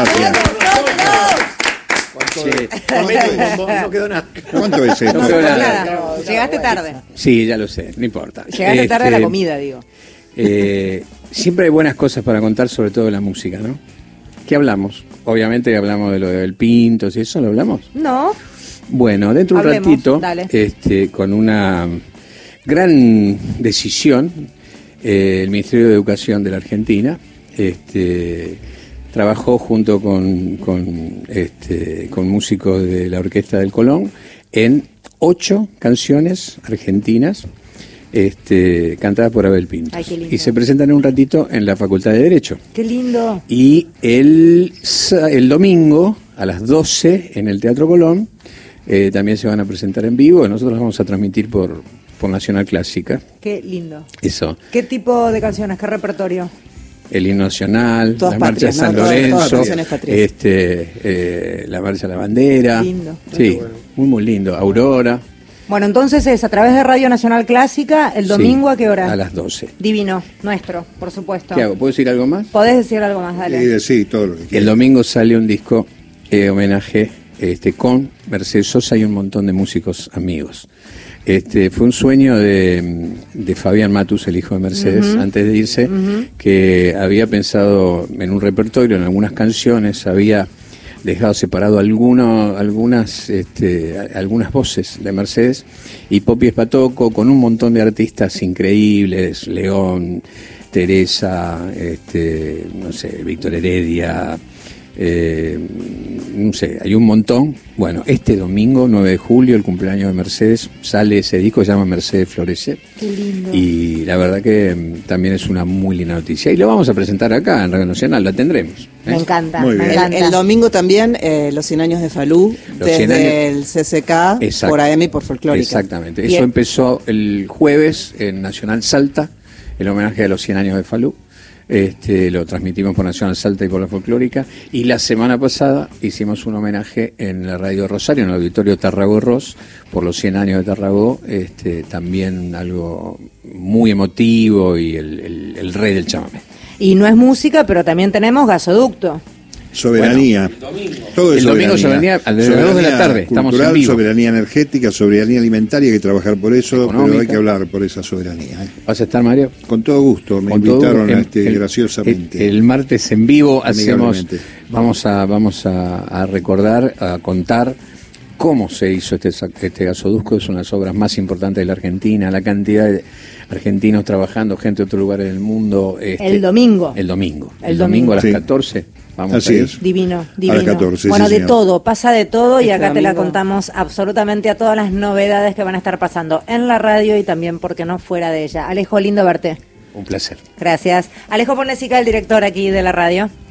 Gracias. No quedó nada. ¿Cuánto es esto? No quedó nada. Llegaste tarde. Sí, ya lo sé, no importa. Llegaste tarde a la comida, digo. Siempre hay buenas cosas para contar, sobre todo de la música, ¿no? ¿Qué hablamos? Obviamente hablamos de lo del Pinto, ¿y eso lo hablamos? No. Bueno, dentro de un Hablemos, ratito, dale. con una gran decisión, el Ministerio de Educación de la Argentina trabajó junto con músicos de la Orquesta del Colón en 8 canciones argentinas cantadas por Abel Pintos. Ay, qué lindo. Y se presentan en un ratito en la Facultad de Derecho. Qué lindo. Y el domingo a las 12 en el Teatro Colón también se van a presentar en vivo. Nosotros vamos a transmitir por Nacional Clásica. Qué lindo. Eso. ¿Qué tipo de canciones? ¿Qué repertorio? El himno nacional, todas la marcha de patrias, San ¿no? Lorenzo, Todas canciones patrias. la marcha de la bandera. Lindo. Sí, muy lindo. Aurora. Bueno, entonces es a través de Radio Nacional Clásica, el domingo, Sí, ¿a qué hora? A las 12. Divino, nuestro, por supuesto. ¿Qué hago? ¿Puedo decir algo más? ¿Podés decir algo más? Dale. Sí, todo lo que El quieras. domingo sale un disco homenaje con Mercedes Sosa y un montón de músicos amigos. Fue un sueño de Fabián Matus, el hijo de Mercedes, antes de irse, que había pensado en un repertorio, en algunas canciones, había dejado separado algunas voces de Mercedes, y Popi Espatoco, con un montón de artistas increíbles, León, Teresa, no sé, Víctor Heredia, no sé, hay un montón. Bueno, este domingo, 9 de julio, el cumpleaños de Mercedes, sale ese disco, se llama Mercedes Florece. Qué lindo. Y la verdad que también es una muy linda noticia. Y lo vamos a presentar acá en Radio Nacional, la tendremos. Me encanta, Muy me bien. encanta. El domingo también, los 100 años de Falú, Los 100 desde años. el CCK, Exacto. por AM y por Folclórica. Exactamente. Bien. Eso empezó el jueves en Nacional Salta, el homenaje a los 100 años de Falú. Lo transmitimos por Nacional Salta y por la Folclórica, y la semana pasada hicimos un homenaje en la Radio Rosario, en el auditorio Tarragó Ross, por los 100 años de Tarragó, también algo muy emotivo, y el rey del chamamé. Y no es música, pero también tenemos gasoducto. Soberanía. Todo es El domingo soberanía a las 2 de la tarde, estamos cultural, en vivo. soberanía energética, soberanía alimentaria, hay que trabajar por eso, Económica. pero hay que hablar por esa soberanía. ¿Vas a estar, Mario? Con todo gusto, me Con todo invitaron gusto. graciosamente. El martes en vivo hacemos, Amigablemente. vamos a recordar, a contar cómo se hizo este gasoducto. Es una de las obras más importantes de la Argentina, la cantidad de argentinos trabajando, gente de otros lugares del mundo. El domingo. El domingo El domingo. a las Sí. 14. Vamos Así a ir. es. Divino, A divino. las 14, bueno, sí, de señor. todo, pasa de todo, y Este acá te la domingo. contamos absolutamente a todas las novedades que van a estar pasando en la radio y también, porque no, fuera de ella. Alejo, lindo verte. Un placer. Gracias. Alejo Ponesica, el director aquí de la radio.